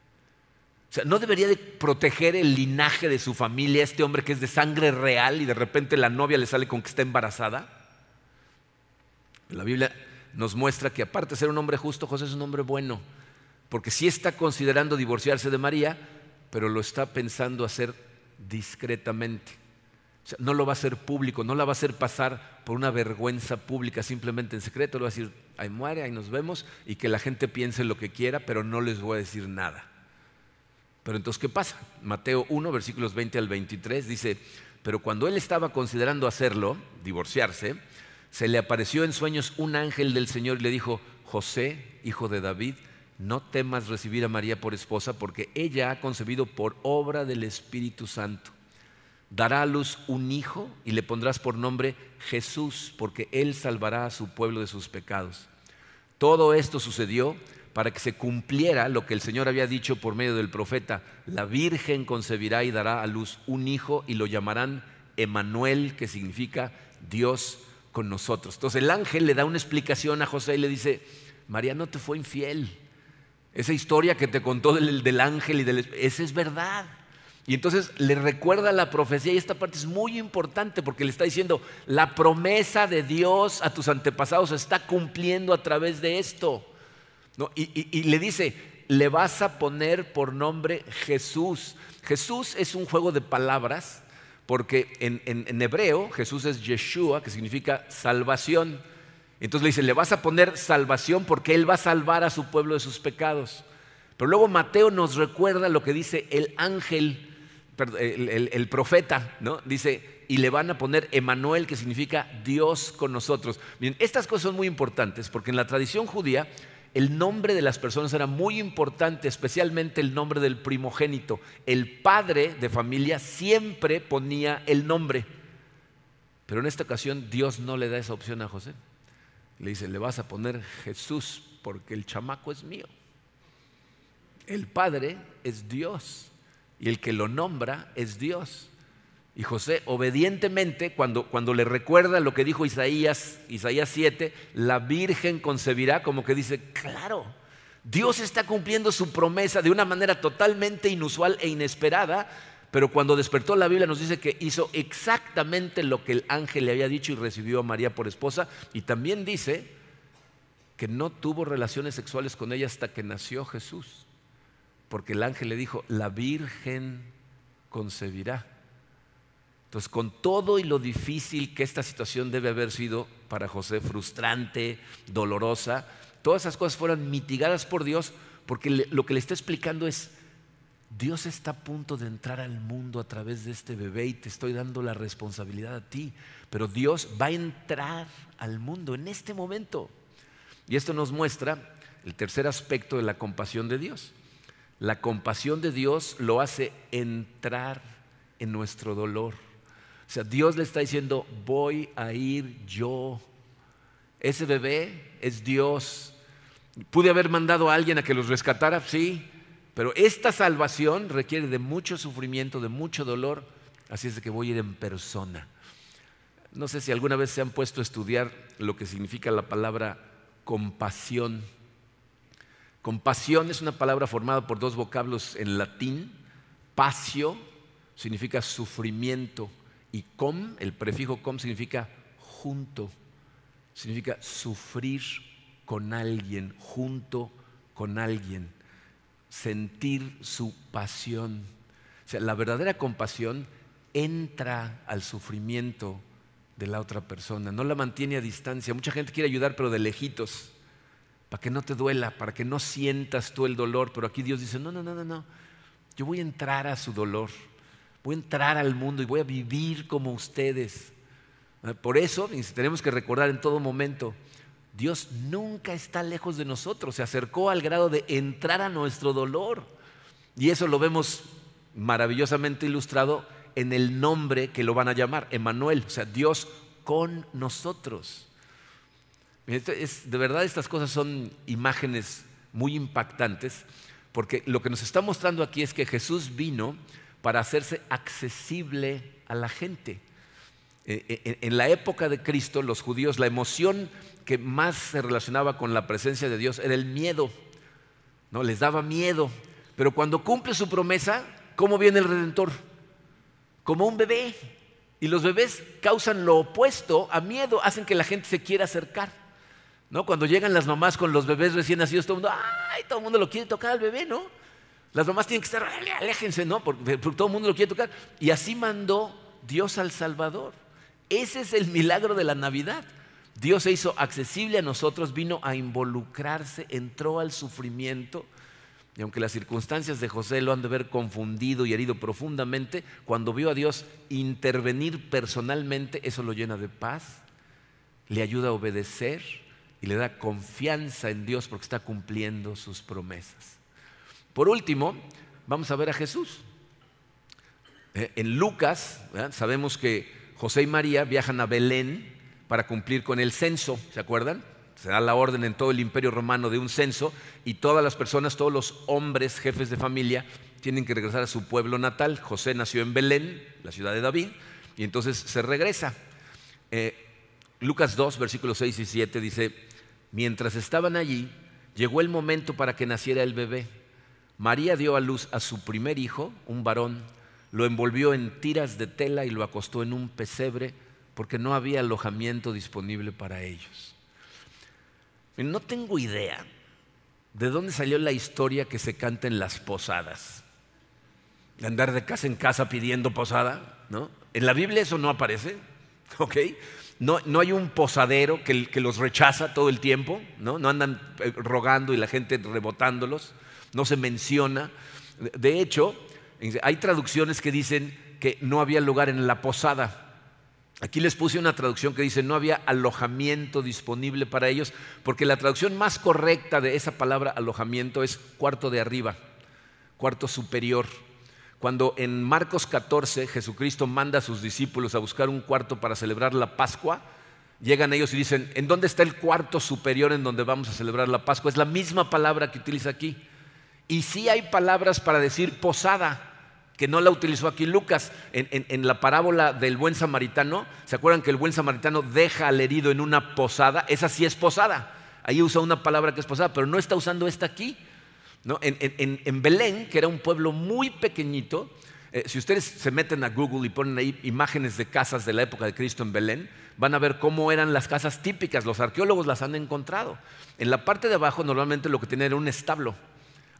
O sea, ¿no debería de proteger el linaje de su familia, este hombre que es de sangre real y de repente la novia le sale con que está embarazada? La Biblia nos muestra que aparte de ser un hombre justo, José es un hombre bueno, porque sí está considerando divorciarse de María, pero lo está pensando hacer discretamente. O sea, no lo va a hacer público, no la va a hacer pasar por una vergüenza pública simplemente en secreto. Le va a decir, ahí muere, ahí nos vemos, y que la gente piense lo que quiera, pero no les voy a decir nada. Pero entonces, ¿qué pasa? Mateo uno, versículos veinte al veintitrés dice, pero cuando él estaba considerando hacerlo, divorciarse, se le apareció en sueños un ángel del Señor y le dijo, José, hijo de David, no temas recibir a María por esposa, porque ella ha concebido por obra del Espíritu Santo. Dará a luz un hijo y le pondrás por nombre Jesús, porque él salvará a su pueblo de sus pecados. Todo esto sucedió para que se cumpliera lo que el Señor había dicho por medio del profeta: la virgen concebirá y dará a luz un hijo y lo llamarán Emmanuel, que significa Dios con nosotros. Entonces el ángel le da una explicación a José y le dice, María no te fue infiel. Esa historia que te contó del, del ángel y del, esa es verdad. Y entonces le recuerda la profecía, y esta parte es muy importante porque le está diciendo, la promesa de Dios a tus antepasados se está cumpliendo a través de esto, ¿no? y, y, y le dice, le vas a poner por nombre Jesús. Jesús es un juego de palabras porque en, en, en hebreo Jesús es Yeshua, que significa salvación. Entonces le dice, le vas a poner salvación porque Él va a salvar a su pueblo de sus pecados. Pero luego Mateo nos recuerda lo que dice el ángel, el, el, el profeta, ¿no? Dice, y le van a poner Emmanuel, que significa Dios con nosotros. Bien, estas cosas son muy importantes porque en la tradición judía el nombre de las personas era muy importante, especialmente el nombre del primogénito. El padre de familia siempre ponía el nombre, pero en esta ocasión Dios no le da esa opción a José. Le dice, le vas a poner Jesús porque el chamaco es mío. El padre es Dios y el que lo nombra es Dios. Y José obedientemente, cuando, cuando le recuerda lo que dijo Isaías, Isaías siete, la virgen concebirá, como que dice, claro, Dios está cumpliendo su promesa de una manera totalmente inusual e inesperada. Pero cuando despertó, la Biblia nos dice que hizo exactamente lo que el ángel le había dicho y recibió a María por esposa. Y también dice que no tuvo relaciones sexuales con ella hasta que nació Jesús, porque el ángel le dijo, la virgen concebirá. Entonces, con todo y lo difícil que esta situación debe haber sido para José, frustrante, dolorosa, todas esas cosas fueron mitigadas por Dios, porque le, lo que le está explicando es: Dios está a punto de entrar al mundo a través de este bebé y te estoy dando la responsabilidad a ti, pero Dios va a entrar al mundo en este momento. Y esto nos muestra el tercer aspecto de la compasión de Dios. La compasión de Dios lo hace entrar en nuestro dolor. O sea, Dios le está diciendo: voy a ir yo. Ese bebé es Dios. ¿Pude haber mandado a alguien a que los rescatara? Sí, pero esta salvación requiere de mucho sufrimiento, de mucho dolor, así es de que voy a ir en persona. No sé si alguna vez se han puesto a estudiar lo que significa la palabra compasión. Compasión es una palabra formada por dos vocablos en latín. Passio significa sufrimiento y com, el prefijo com, significa junto. Significa sufrir con alguien, junto con alguien, sentir su pasión. O sea, la verdadera compasión entra al sufrimiento de la otra persona, no la mantiene a distancia. Mucha gente quiere ayudar, pero de lejitos, para que no te duela, para que no sientas tú el dolor. Pero aquí Dios dice: no, no, no, no, no. Yo voy a entrar a su dolor, voy a entrar al mundo y voy a vivir como ustedes. Por eso tenemos que recordar en todo momento: Dios nunca está lejos de nosotros, se acercó al grado de entrar a nuestro dolor. Y eso lo vemos maravillosamente ilustrado en el nombre que lo van a llamar, Emmanuel, o sea, Dios con nosotros. Es, de verdad, estas cosas son imágenes muy impactantes, porque lo que nos está mostrando aquí es que Jesús vino para hacerse accesible a la gente. En la época de Cristo, los judíos, la emoción que más se relacionaba con la presencia de Dios era el miedo, ¿no? Les daba miedo. Pero cuando cumple su promesa, ¿cómo viene el Redentor? Como un bebé. Y los bebés causan lo opuesto a miedo, hacen que la gente se quiera acercar, ¿no? Cuando llegan las mamás con los bebés recién nacidos, todo el mundo, ¡ay! Todo el mundo lo quiere tocar al bebé, ¿no? Las mamás tienen que estar, aléjense, ¿no? Porque, porque todo el mundo lo quiere tocar. Y así mandó Dios al Salvador. Ese es el milagro de la Navidad. Dios se hizo accesible a nosotros, vino a involucrarse, entró al sufrimiento. Y aunque las circunstancias de José lo han de haber confundido y herido profundamente, cuando vio a Dios intervenir personalmente, eso lo llena de paz, le ayuda a obedecer y le da confianza en Dios porque está cumpliendo sus promesas. Por último, vamos a ver a Jesús. En Lucas, ¿verdad? Sabemos que José y María viajan a Belén para cumplir con el censo, ¿se acuerdan? Se da la orden en todo el Imperio Romano de un censo y todas las personas, todos los hombres, jefes de familia, tienen que regresar a su pueblo natal. José nació en Belén, la ciudad de David, y entonces se regresa. Eh, Lucas dos, versículos seis y siete dice: mientras estaban allí, llegó el momento para que naciera el bebé. María dio a luz a su primer hijo, un varón, lo envolvió en tiras de tela y lo acostó en un pesebre porque no había alojamiento disponible para ellos. No tengo idea de dónde salió la historia que se canta en las posadas, de andar de casa en casa pidiendo posada, ¿no? En la Biblia eso no aparece, ¿ok? No, no hay un posadero que, que los rechaza todo el tiempo, ¿no? No andan rogando y la gente rebotándolos, no se menciona. De hecho, hay traducciones que dicen que no había lugar en la posada. Aquí les puse una traducción que dice: no había alojamiento disponible para ellos, porque la traducción más correcta de esa palabra alojamiento es cuarto de arriba, cuarto superior. Cuando en Marcos catorce Jesucristo manda a sus discípulos a buscar un cuarto para celebrar la Pascua, llegan ellos y dicen: ¿en dónde está el cuarto superior en donde vamos a celebrar la Pascua? Es la misma palabra que utiliza aquí. Y sí hay palabras para decir posada, que no la utilizó aquí Lucas. En, en, en la parábola del buen samaritano, ¿se acuerdan que el buen samaritano deja al herido en una posada? Esa sí es posada. Ahí usa una palabra que es posada, pero no está usando esta aquí, ¿no? En, en, en Belén, que era un pueblo muy pequeñito, eh, si ustedes se meten a Google y ponen ahí imágenes de casas de la época de Cristo en Belén, van a ver cómo eran las casas típicas. Los arqueólogos las han encontrado. En la parte de abajo normalmente lo que tenía era un establo.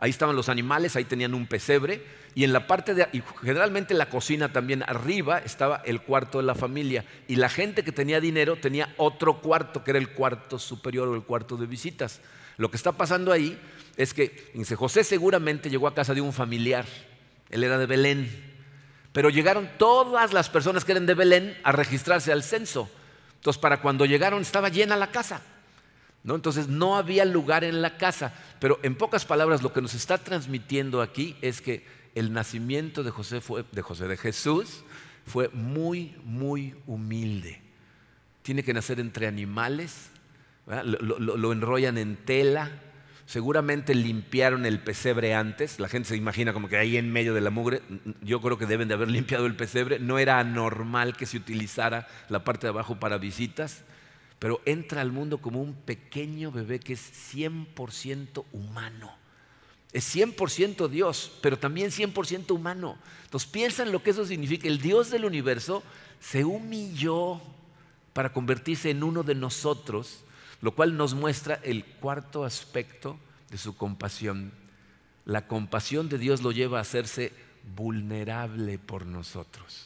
Ahí estaban los animales, ahí tenían un pesebre, y en la parte de, y generalmente en la cocina también arriba estaba el cuarto de la familia, y la gente que tenía dinero tenía otro cuarto, que era el cuarto superior o el cuarto de visitas. Lo que está pasando ahí es que dice, José seguramente llegó a casa de un familiar, él era de Belén, pero llegaron todas las personas que eran de Belén a registrarse al censo. Entonces, para cuando llegaron estaba llena la casa, ¿no? Entonces no había lugar en la casa. Pero en pocas palabras lo que nos está transmitiendo aquí es que el nacimiento de José fue, de José, de Jesús, fue muy, muy humilde. Tiene que nacer entre animales, lo, lo, lo enrollan en tela. Seguramente limpiaron el pesebre antes. La gente se imagina como que ahí en medio de la mugre. Yo creo que deben de haber limpiado el pesebre. No era anormal que se utilizara la parte de abajo para visitas, pero entra al mundo como un pequeño bebé que es cien por ciento humano. Es cien por ciento Dios, pero también cien por ciento humano. Entonces piensa en lo que eso significa. El Dios del universo se humilló para convertirse en uno de nosotros, lo cual nos muestra el cuarto aspecto de su compasión. La compasión de Dios lo lleva a hacerse vulnerable por nosotros.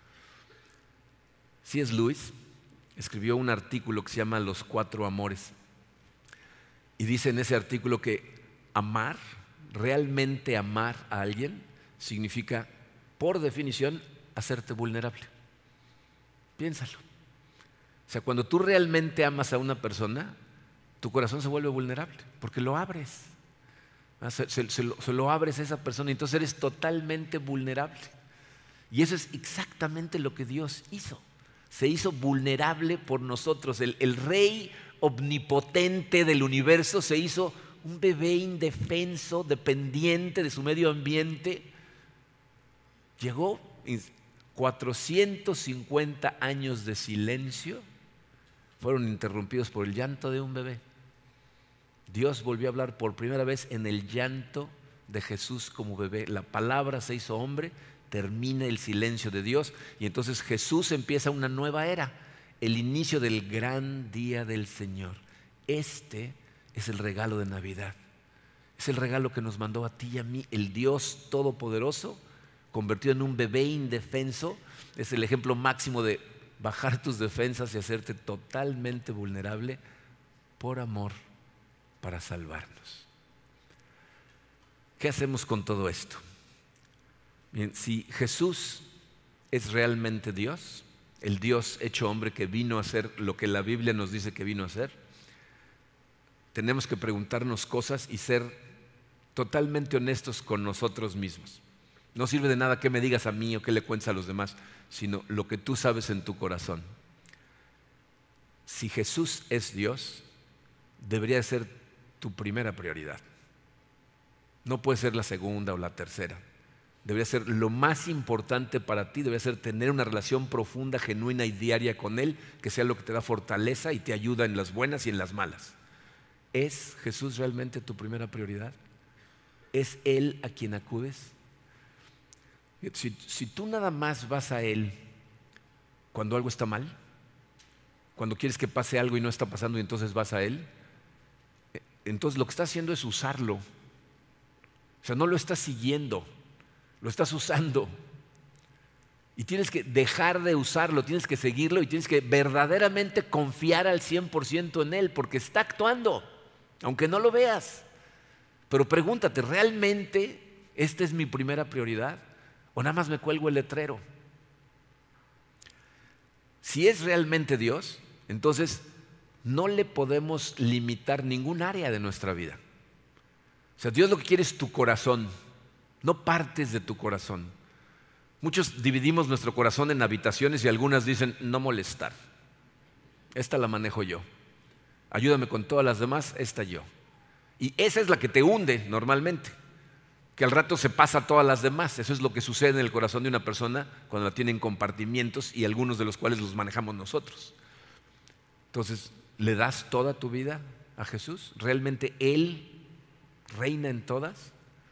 C S Lewis escribió un artículo que se llama Los Cuatro Amores, y dice en ese artículo que amar, realmente amar a alguien, significa, por definición, hacerte vulnerable. Piénsalo. O sea, cuando tú realmente amas a una persona, tu corazón se vuelve vulnerable, porque lo abres. Se, se, se, lo, se lo abres a esa persona, y entonces eres totalmente vulnerable. Y eso es exactamente lo que Dios hizo. Se hizo vulnerable por nosotros. El, el rey omnipotente del universo se hizo un bebé indefenso, dependiente de su medio ambiente. Llegó cuatrocientos cincuenta años de silencio, fueron interrumpidos por el llanto de un bebé. Dios volvió a hablar por primera vez en el llanto de Jesús como bebé. La palabra se hizo hombre, termina el silencio de Dios, y entonces Jesús empieza una nueva era, el inicio del gran día del Señor. Este es el regalo de Navidad. Es el regalo que nos mandó a ti y a mí el Dios Todopoderoso, convertido en un bebé indefenso. Es el ejemplo máximo de bajar tus defensas y hacerte totalmente vulnerable por amor, para salvarnos. ¿Qué hacemos con todo esto? Bien, si Jesús es realmente Dios, el Dios hecho hombre que vino a hacer lo que la Biblia nos dice que vino a hacer, tenemos que preguntarnos cosas y ser totalmente honestos con nosotros mismos. No sirve de nada que me digas a mí o que le cuentes a los demás, sino lo que tú sabes en tu corazón. Si Jesús es Dios, debería ser tu primera prioridad. No puede ser la segunda o la tercera. Debería ser lo más importante para ti. Debería ser tener una relación profunda, genuina y diaria con Él, que sea lo que te da fortaleza y te ayuda en las buenas y en las malas. ¿Es Jesús realmente tu primera prioridad? ¿Es Él a quien acudes? Si, si tú nada más vas a Él cuando algo está mal, cuando quieres que pase algo y no está pasando y entonces vas a Él, entonces lo que estás haciendo es usarlo. O sea, no lo estás siguiendo, lo estás usando. Y tienes que dejar de usarlo, tienes que seguirlo y tienes que verdaderamente confiar al cien por ciento en Él, porque está actuando, aunque no lo veas. Pero pregúntate, ¿realmente esta es mi primera prioridad? ¿O nada más me cuelgo el letrero? Si es realmente Dios, entonces no le podemos limitar ningún área de nuestra vida. O sea, Dios lo que quiere es tu corazón, no partes de tu corazón. Muchos dividimos nuestro corazón en habitaciones y algunas dicen no molestar. Esta la manejo yo. Ayúdame con todas las demás, esta yo. Y esa es la que te hunde normalmente, que al rato se pasa a todas las demás. Eso es lo que sucede en el corazón de una persona cuando la tiene en compartimientos, y algunos de los cuales los manejamos nosotros. Entonces, ¿le das toda tu vida a Jesús? ¿Realmente Él reina en todas?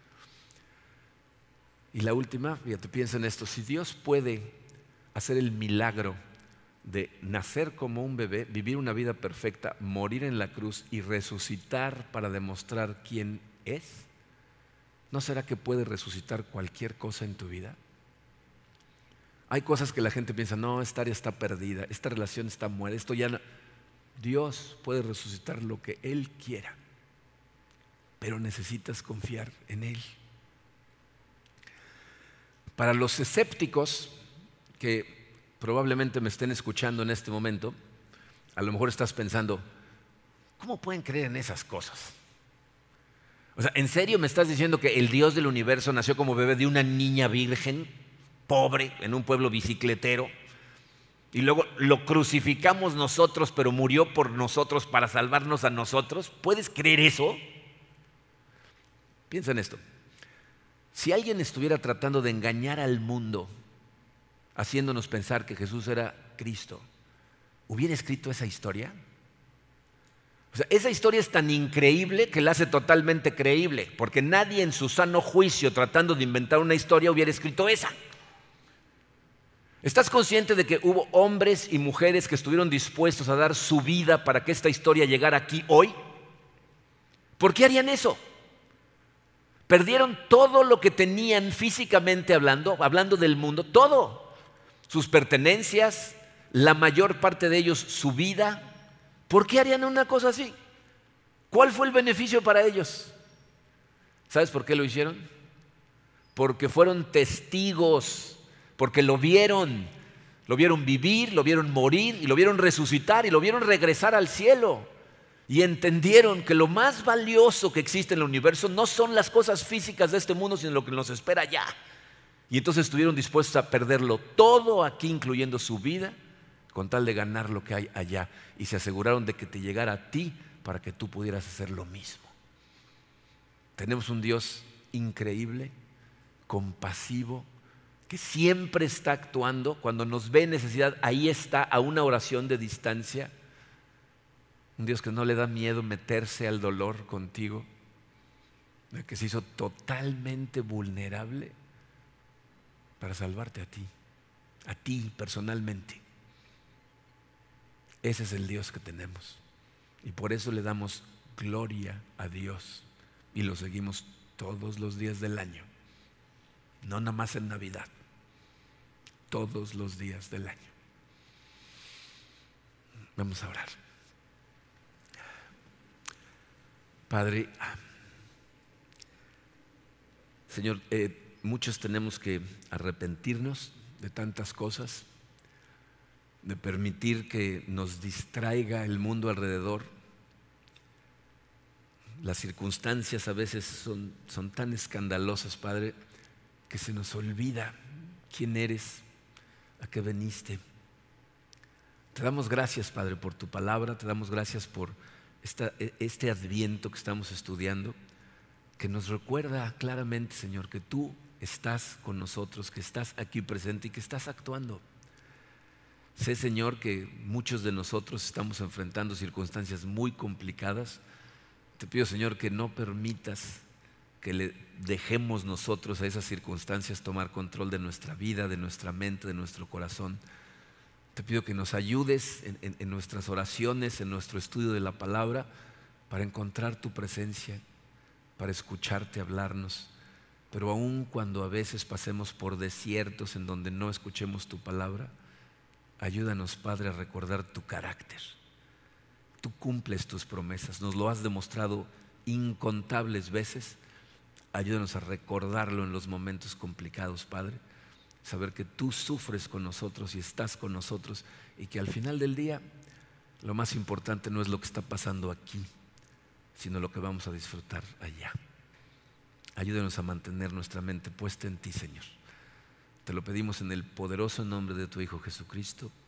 Y la última, fíjate, piensa en esto. Si Dios puede hacer el milagro de nacer como un bebé, vivir una vida perfecta, morir en la cruz y resucitar para demostrar quién es, ¿no será que puede resucitar cualquier cosa en tu vida? Hay cosas que la gente piensa, no, esta área está perdida, esta relación está muerta, esto ya no. Dios puede resucitar lo que Él quiera, pero necesitas confiar en Él. Para los escépticos que probablemente me estén escuchando en este momento, a lo mejor estás pensando, ¿cómo pueden creer en esas cosas? O sea, ¿en serio me estás diciendo que el Dios del universo nació como bebé de una niña virgen, pobre, en un pueblo bicicletero, y luego lo crucificamos nosotros, pero murió por nosotros para salvarnos a nosotros? ¿Puedes creer eso? Piensa en esto. Si alguien estuviera tratando de engañar al mundo, haciéndonos pensar que Jesús era Cristo, ¿hubiera escrito esa historia? O sea, esa historia es tan increíble que la hace totalmente creíble, porque nadie en su sano juicio, tratando de inventar una historia, hubiera escrito esa. ¿Estás consciente de que hubo hombres y mujeres que estuvieron dispuestos a dar su vida para que esta historia llegara aquí hoy? ¿Por qué harían eso? Perdieron todo lo que tenían físicamente hablando, hablando del mundo, todo. Sus pertenencias, la mayor parte de ellos su vida. ¿Por qué harían una cosa así? ¿Cuál fue el beneficio para ellos? ¿Sabes por qué lo hicieron? Porque fueron testigos, porque lo vieron, lo vieron vivir, lo vieron morir y lo vieron resucitar y lo vieron regresar al cielo. Y entendieron que lo más valioso que existe en el universo no son las cosas físicas de este mundo, sino lo que nos espera allá. Y entonces estuvieron dispuestos a perderlo todo aquí, incluyendo su vida, con tal de ganar lo que hay allá. Y se aseguraron de que te llegara a ti para que tú pudieras hacer lo mismo. Tenemos un Dios increíble, compasivo, que siempre está actuando. Cuando nos ve en necesidad, ahí está, a una oración de distancia. Un Dios que no le da miedo meterse al dolor contigo, que se hizo totalmente vulnerable para salvarte a ti, a ti personalmente. Ese es el Dios que tenemos y por eso le damos gloria a Dios y lo seguimos todos los días del año, no nada más en Navidad, todos los días del año. Vamos a orar. Padre, Señor, eh, muchos tenemos que arrepentirnos de tantas cosas, de permitir que nos distraiga el mundo alrededor. Las circunstancias a veces son, son tan escandalosas, Padre, que se nos olvida quién eres, a qué veniste. Te damos gracias, Padre, por tu palabra, te damos gracias por Esta, este adviento que estamos estudiando, que nos recuerda claramente, Señor, que tú estás con nosotros, que estás aquí presente y que estás actuando. Sé, Señor, que muchos de nosotros estamos enfrentando circunstancias muy complicadas. Te pido, Señor, que no permitas que le dejemos nosotros a esas circunstancias tomar control de nuestra vida, de nuestra mente, de nuestro corazón. Te pido que nos ayudes en, en, en nuestras oraciones, en nuestro estudio de la palabra, para encontrar tu presencia, para escucharte hablarnos. Pero aun cuando a veces pasemos por desiertos en donde no escuchemos tu palabra, ayúdanos, Padre, a recordar tu carácter. Tú cumples tus promesas, nos lo has demostrado incontables veces. Ayúdanos a recordarlo en los momentos complicados, Padre. Saber que tú sufres con nosotros y estás con nosotros y que al final del día lo más importante no es lo que está pasando aquí, sino lo que vamos a disfrutar allá. Ayúdanos a mantener nuestra mente puesta en ti, Señor. Te lo pedimos en el poderoso nombre de tu Hijo Jesucristo.